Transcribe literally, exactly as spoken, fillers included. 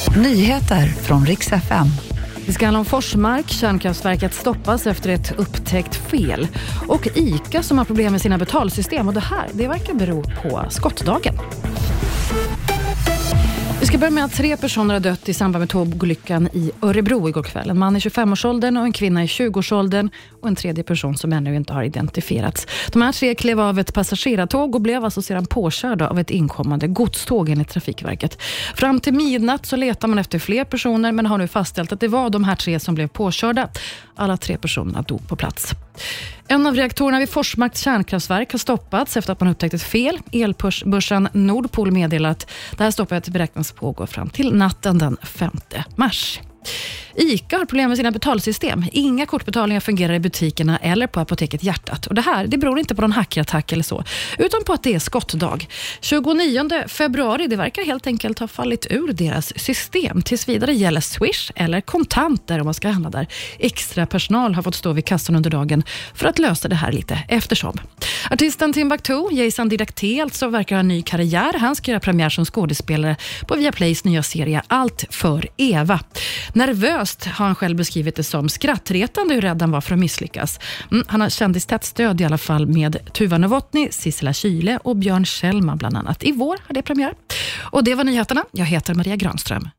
Nyheter från Rix F M. Det ska handla om Forsmark. Kärnkraftverket stoppas efter ett upptäckt fel. Och ICA som har problem med sina betalsystem. Och det här, det verkar bero på skottdagen. Vi ska börja med att tre personer har dött i samband med tågolyckan i Örebro igår kväll. En man i tjugofemårsåldern och en kvinna i tjugoårsåldern och en tredje person som ännu inte har identifierats. De här tre klev av ett passagerartåg och blev alltså sedan påkörda av ett inkommande godståg enligt Trafikverket. Fram till midnatt så letar man efter fler personer men har nu fastställt att det var de här tre som blev påkörda. Alla tre personerna dog på plats. En av reaktorerna vid Forsmarks kärnkraftverk har stoppats efter att man upptäckt ett fel. Elbörsen Nordpol meddelar att det här stoppet beräknas pågå fram till natten den femte mars. ICA har problem med sina betalsystem. Inga kortbetalningar fungerar i butikerna eller på apoteket Hjärtat. Och det här, det beror inte på någon hackerattack eller så, utan på att det är skottdag. tjugonionde februari, det verkar helt enkelt ha fallit ur deras system. Tills vidare gäller Swish eller kontanter om man ska handla där. Extra personal har fått stå vid kassan under dagen för att lösa det här lite eftersom. Artisten Timbuktu, Jason Didakté, alltså verkar ha en ny karriär. Han ska göra premiär som skådespelare på Viaplays nya serie Allt för Eva. Nervöst har han själv beskrivit det som skrattretande hur rädd han var för att misslyckas. Mm, han har kändistätt stöd i alla fall med Tuva Novotny, Sissela Kyle och Björn Kjellman bland annat. I vår har det premiär. Och det var nyheterna. Jag heter Maria Granström.